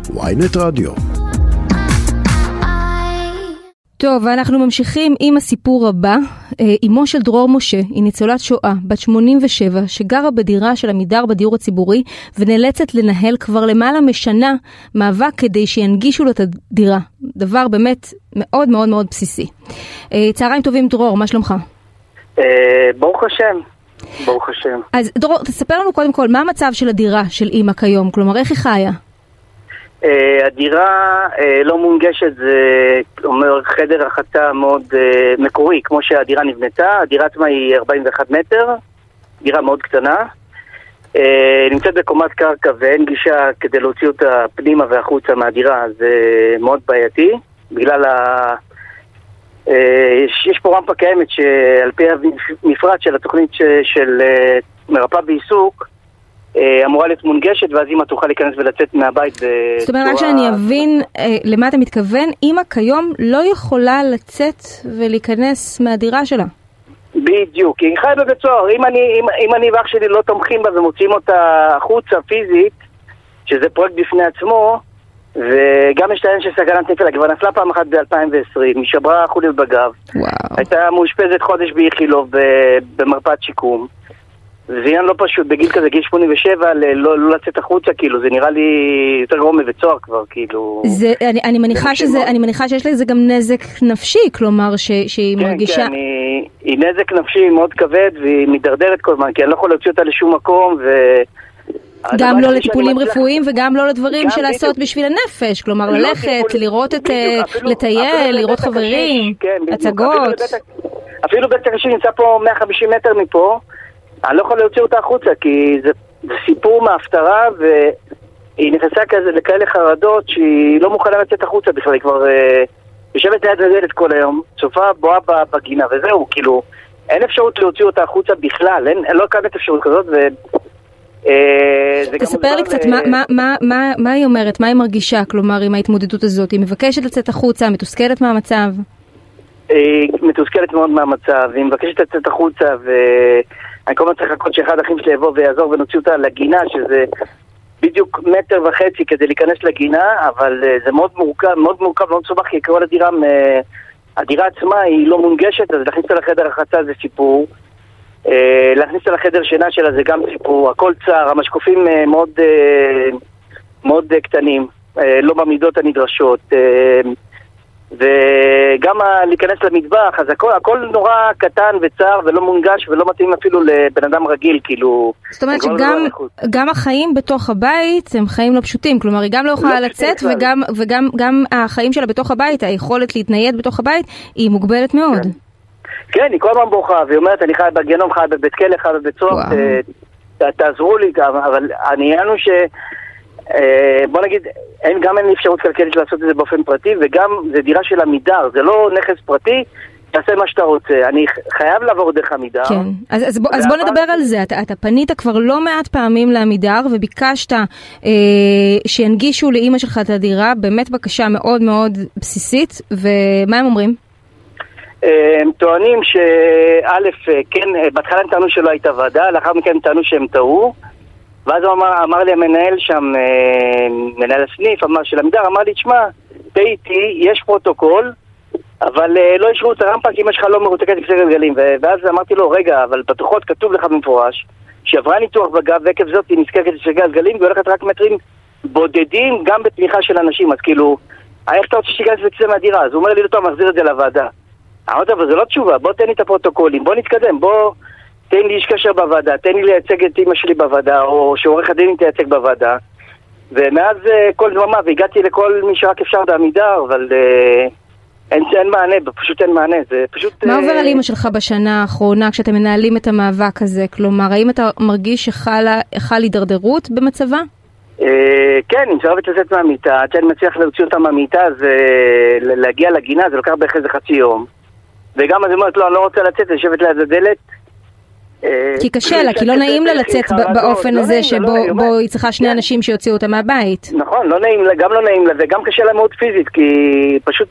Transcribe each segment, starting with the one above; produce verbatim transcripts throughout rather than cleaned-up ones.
וויינט רדיו. טוב, ואנחנו ממשיכים עם הסיפור הבא. אמו של דרור משה היא ניצולת שואה, בת שמונים ושבע, שגרה בדירה של עמידר בדיור הציבורי, ונאלצת לנהל כבר למעלה משנה מאבק כדי שינגישו לו את הדירה. דבר באמת מאוד מאוד מאוד בסיסי. צהריים טובים דרור, מה שלומך? ברוך השם. ברוך השם. אז דרור, תספר לנו קודם כל, מה המצב של הדירה של אמא כיום? כלומר, איך היא חיה? Uh, הדירה uh, לא מונגשת, זה אומר חדר רחצה מאוד uh, מקורי, כמו שהדירה נבנתה. הדירה עצמה היא ארבעים ואחד מטר, דירה מאוד קטנה. Uh, נמצאת בקומת קרקע ואין גישה כדי להוציא אותה פנימה והחוצה מהדירה, זה מאוד בעייתי. בגלל ה... Uh, יש, יש פה רמפה קיימת שעל פי המפרט של התוכנית ש, של uh, מרפאה בעיסוק, אמורה להיות מונגשת, ואז אמא תוכל להיכנס ולצאת מהבית. זאת אומרת, רק שאני אבין למה אתה מתכוון, אמא כיום לא יכולה לצאת ולהיכנס מהדירה שלה. בדיוק, היא חיה בבית סוהר. אם אני, אם, אם אני ואח שלי לא תומכים בה ומוציאים אותה החוצה פיזית, שזה פרויקט בפני עצמו, וגם יש טען של סכנת נפילה, כבר נפלה פעם אחת ב-אלפיים ועשרים, היא שברה חוליות בגב. וואו. הייתה מאושפזת חודש באיכילוב במרפאת שיקום. זה עניין לא פשוט, בגיל כזה, גיל שמונים ושבע, לא, לא לצאת החוצה, כאילו, זה נראה לי יותר גרוע מבית סוהר כבר, כאילו... זה, אני, אני מניחה שזה, אני מניחה שיש לזה גם נזק נפשי, כלומר, ש, שהיא כן, מרגישה... כן, היא, היא נזק נפשי מאוד כבד, והיא מתדרדרת כל הזמן, כי אני לא יכול להוציא אותה לשום מקום, ו... גם לא לטיפולים רפואיים, וגם לא לדברים של לעשות בשביל הנפש, כלומר, ללכת, לראות את... לטייל, לראות חברים, הצגות... אפילו בית הקשיש נמצא פה מאה וחמישים מטר מפה, אני לא יכול להוציא אותה החוצה, כי זה, זה סיפור מהפטרה, והיא נכנסה כזה לכאלה חרדות שהיא לא מוכנה לצאת החוצה בכלל, היא כבר אה, יושבת ליד הדלת כל היום, צופה בואה בגינה, וזהו, כאילו, אין אפשרות להוציא אותה החוצה בכלל, אין, אין לא קיימת אפשרות כזאת, ו... אה, תספר לי קצת, מה, מה, מה, מה, מה היא אומרת, מה היא מרגישה, כלומר, עם ההתמודדות הזאת, היא מבקשת לצאת החוצה, מתוסכלת מהמצב? היא מתוסכלת מאוד מהמצב, היא מבקשת לצאת החוצה, ו... אני כל הזמן צריך לחכות שאחד האחים שלי יבוא ויעזור ונוציא אותה לגינה, שזה בדיוק מטר וחצי כדי להיכנס לגינה, אבל זה מאוד מורכב, מאוד מורכב, מאוד סובך, כי כל הדירה, הדירה עצמה היא לא מונגשת, אז להכניס אותה לחדר החצה זה סיפור, להכניס אותה לחדר שינה שלה זה גם סיפור, הכל צער, המשקופים מאוד, מאוד קטנים, לא במידות הנדרשות, וגם להיכנס למטבח, אז הכל, הכל נורא קטן וצער ולא מונגש ולא מתאים אפילו לבן אדם רגיל, כאילו... זאת אומרת שגם גם החיים בתוך הבית הם חיים לא פשוטים, כלומר היא גם לא יכולה לצאת וגם, וגם גם החיים שלה בתוך הבית, היכולת להתנייד בתוך הבית היא מוגבלת מאוד. כן, כן, היא כל הזמן בוכה והיא אומרת אני חיה בגיהנום, חיה בבית כלא, חיה בבית סוהר, תעזרו לי, אבל העניין הוא ש... בוא נגיד, אין, גם אין לי אפשרות כלכלית לעשות את זה באופן פרטי, וגם זה דירה של עמידר, זה לא נכס פרטי, תעשה מה שאתה רוצה. אני חייב לעבור דרך עמידר. כן, אז, אז, בוא, אז בוא נדבר על זה. אתה, אתה פנית כבר לא מעט פעמים לעמידר, וביקשת אה, שינגישו לאמא שלך את הדירה, באמת בקשה מאוד מאוד בסיסית, ומה הם אומרים? הם טוענים שא', כן, בהתחלה הם טענו שלא הייתה ועדה, לאחר מכן הם טענו שהם טעו, ואז הוא אמר, אמר לי המנהל שם, מנהל הסניף, אמר של עמידר, אמר לי, תשמע, תהיתי, יש פרוטוקול, אבל לא ישרו את הרמפה כי אמא שלך לא מרותקת לכיסא גלגלים. ואז אמרתי לו, רגע, אבל בדוחות כתוב לך במפורש, שעברה ניתוח בגב, ועקב זאת היא נזקקת לכיסא גלגלים, והולכת רק מטרים בודדים גם בתמיכה של אנשים. אז כאילו, איך אתה רוצה שתיכנס לכיסא מהדירה? אז הוא אומר לי, לא טוב, מחזיר את זה לוועדה. אמרתי, אבל זה לא תשובה, בוא תן לי את הפרוטוקולים, בוא נתקדם, בוא... תן לי איש קשר בוועדה, תן לי לייצג את אמא שלי בוועדה, או שעורך הדין תייצג בוועדה. ומאז כל דממה, והגעתי לכל מי שרק אפשר בעמידר, אבל אה, אין, אין מענה, פשוט אין מענה. זה פשוט... מה עובר על אמא שלך בשנה האחרונה, כשאתם מנהלים את המאבק הזה? כלומר, האם אתה מרגיש שחלה הידרדרות במצבה? אה, כן, אם שרבת לצאת מהמיטה, עד שאני מצליח להוציא אותה מהמיטה, זה להגיע לגינה, זה לוקח בערך איזה חצי יום. וגם אז היא אומרת, לא, אני לא רוצה לצאת, לשבת ליד הדלת, כי קשה לה, כי לא נעים לה לצאת באופן הזה שבו היא צריכה שני אנשים שיוציאו אותה מהבית. נכון, לא נעים לה, גם לא נעים לה, וגם קשה לה מאוד פיזית, כי פשוט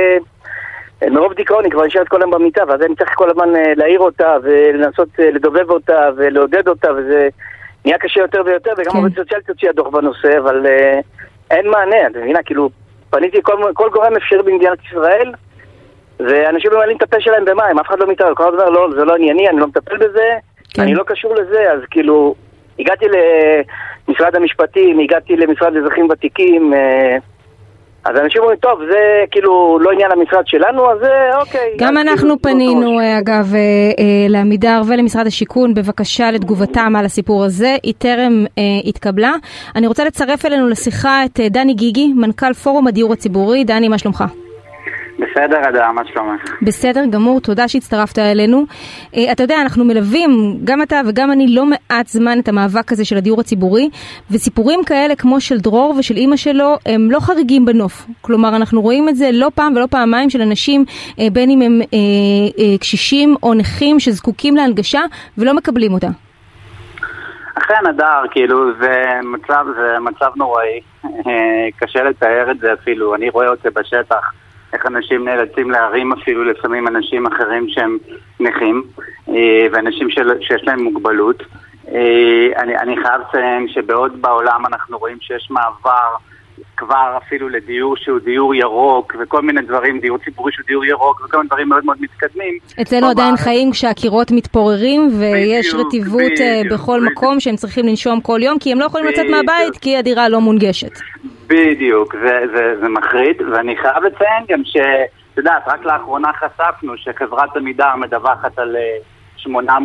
מרוב דיכאון היא כבר נשארת כל היום במיטה, ואז אני צריך כל הזמן להעיר אותה ולנסות לדובב אותה ולעודד אותה, וזה נהיה קשה יותר ויותר, וגם עובד סוציאלית הוציאה דוח בנושא, אבל אין מענה, אתה מבינה, כאילו, פניתי כל, כל גורם אפשרי במדינת ישראל, ואנשים ממלאים את הפה שלהם במים, אף אחד לא מתערב, כל הזמן לא, זה לא ענייני, אני לא מטפל בזה, כן. אני לא קשור לזה, אז כאילו, הגעתי למשרד המשפטים, הגעתי למשרד אזרחים ותיקים, אז אנשים אומרים, טוב, זה כאילו לא עניין המשרד שלנו, אז זה אוקיי. גם אנחנו פנינו, אגב, לעמידר ולמשרד השיכון, בבקשה לתגובתם על הסיפור הזה, היא טרם התקבלה. אני רוצה לצרף אלינו לשיחה את דני גיגי, מנכ"ל פורום הדיור הציבורי. דני, מה שלומך? בסדר, אדם, מה שלומך? בסדר גמור, תודה שהצטרפת אלינו. אתה יודע, אנחנו מלווים, גם אתה וגם אני, לא מעט זמן את המאבק הזה של הדיור הציבורי, וסיפורים כאלה כמו של דרור ושל אמא שלו, הם לא חריגים בנוף. כלומר, אנחנו רואים את זה לא פעם ולא פעמיים של אנשים, בין אם הם קשישים או נכים שזקוקים להנגשה ולא מקבלים אותה. אכן, אדר, כאילו, זה מצב, זה מצב נוראי. קשה לתאר את זה אפילו. אני רואה אותה בשטח. איך אנשים נאלצים להרים אפילו לפעמים אנשים אחרים שהם נכים, ואנשים שיש להם מוגבלות. אני, אני חייב לציין שבעוד בעולם אנחנו רואים שיש מעבר כבר אפילו לדיור שהוא דיור ירוק, וכל מיני דברים, דיור ציבורי שהוא דיור ירוק, וכל מיני דברים מאוד מאוד מתקדמים. אצלנו עדיין חיים כשהקירות מתפוררים, ויש רטיבות בכל מקום שהם צריכים לנשום כל יום, כי הם לא יכולים לצאת מהבית, כי הדירה לא מונגשת. בדיוק, זה, זה, זה מחריד, ואני חייב לציין גם ש, אתה יודעת, רק לאחרונה חשפנו שחברת עמידר מדווחת על שמונה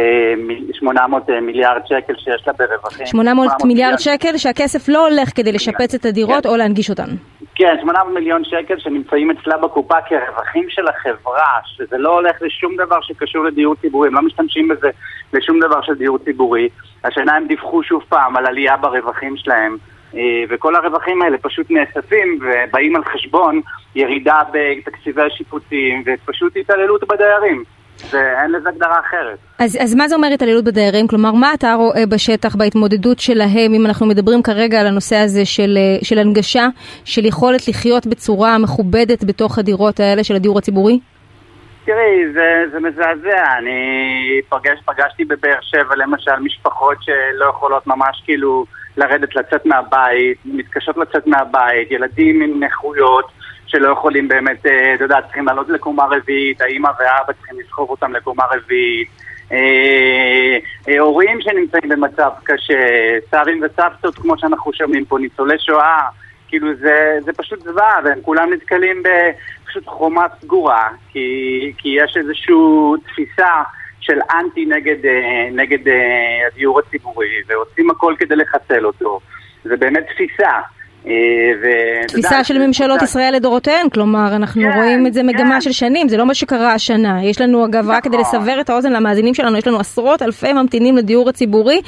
מאות מיליארד שקל שיש לה ברווחים. שמונה מאות מיליארד שקל שהכסף לא הולך כדי לשפץ את הדירות או להנגיש אותן. כן, שמונה מאות מיליון שקל שנמצאים אצלה בקופה כרווחים של החברה, שזה לא הולך לשום דבר שקשור לדיור ציבורי, הם לא משתמשים בזה לשום דבר של דיור ציבורי. השנה הם דיווחו שוב פעם על עלייה ברווחים שלהם, וכל הרווחים האלה פשוט נאספים ובאים על חשבון ירידה בתקציבי השיפוצים ופשוט התעללות בדיירים. ואין לזה הגדרה אחרת. אז, אז מה זה אומר התעללות בדיירים? כלומר, מה אתה רואה בשטח בהתמודדות שלהם, אם אנחנו מדברים כרגע על הנושא הזה של, של הנגשה, של יכולת לחיות בצורה מכובדת בתוך הדירות האלה של הדיור הציבורי? תראי, זה, זה מזעזע. אני פגש, פגשתי בבאר שבע למשל משפחות שלא יכולות ממש כאילו לרדת לצאת מהבית, מתקשות לצאת מהבית, ילדים עם נכויות שלא יכולים באמת, אתה יודע, צריכים לעלות לקומה רביעית, האמא והאבא צריכים לסחוב אותם לקומה רביעית, הורים שנמצאים במצב קשה, סבים וסבתות כמו שאנחנו שומעים פה, ניצולי שואה, כאילו זה, זה פשוט זוועה, והם כולם נתקלים בפשוט חומה סגורה, כי, כי יש איזושהי תפיסה של אנטי נגד, נגד הדיור הציבורי, ועושים הכל כדי לחסל אותו. זה באמת תפיסה. תפיסה של ממשלות ישראל לדורותיהן, כלומר אנחנו רואים את זה מגמה של שנים, זה לא מה שקרה השנה. יש לנו אגב, רק כדי לסבר את האוזן למאזינים שלנו, יש לנו עשרות אלפי ממתינים לדיור הציבורי,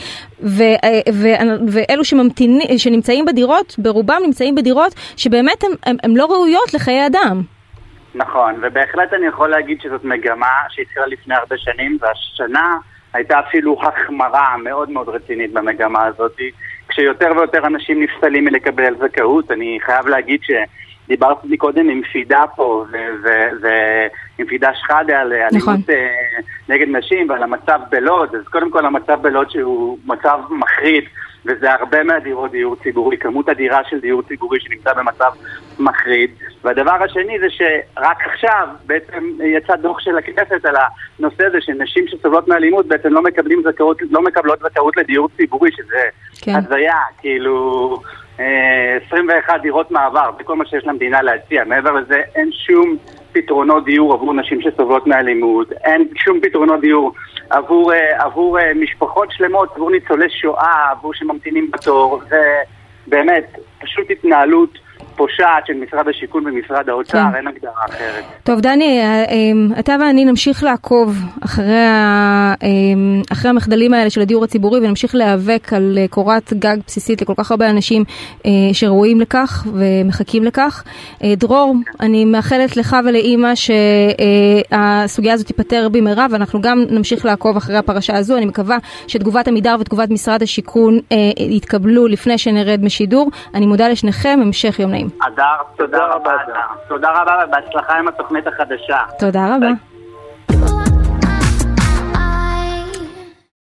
ואלו שנמצאים בדירות, ברובם נמצאים בדירות שבאמת הם לא ראויות לחיי אדם. נכון, ובהחלט אני יכול להגיד שזאת מגמה שהתחילה לפני הרבה שנים, והשנה הייתה אפילו החמרה מאוד מאוד רצינית במגמה הזאת, כשיותר ויותר אנשים נפסלים מלקבל על זכאות. אני חייב להגיד שדיברתי לי קודם עם פידה פה, ועם פידה שחדה על אלימות נגד נשים ועל המצב בלוד. אז קודם כל המצב בלוד שהוא מצב מחריד, וזה הרבה מהדירות דיור ציבורי, כמות הדירה של דיור ציבורי שנמצא במצב מחריד. והדבר השני זה שרק עכשיו בעצם יצא דוח של הכנסת על הנושא הזה שנשים שסובלות מאלימות בעצם לא מקבלים זכאות, לא מקבלות זכאות לדיור ציבורי, שזה כן. הזיה, כאילו עשרים ואחת דירות מעבר, בכל מה שיש למדינה להציע. מעבר לזה אין שום פתרונות דיור עבור נשים שסובלות מאלימות, אין שום פתרונות דיור עבור, עבור משפחות שלמות, עבור ניצולי שואה, עבור שממתינים בתור. זה באמת פשוט התנהלות פושעת של משרד השיכון ומשרד האוצר, כן. אין הגדרה אחרת. טוב, דני, אתה ואני נמשיך לעקוב אחרי, אחרי המחדלים האלה של הדיור הציבורי, ונמשיך להיאבק על קורת גג בסיסית לכל כך הרבה אנשים שראויים לכך ומחכים לכך. דרור, אני מאחלת לך ולאמא שהסוגיה הזאת תיפטר במהרה, ואנחנו גם נמשיך לעקוב אחרי הפרשה הזו. אני מקווה שתגובת עמידר ותגובת משרד השיכון יתקבלו לפני שנרד משידור. אני מודה לשניכם, המשך יום נעים. אדר, תודה רבה. תודה רבה ובהצלחה עם התוכנית החדשה. תודה רבה.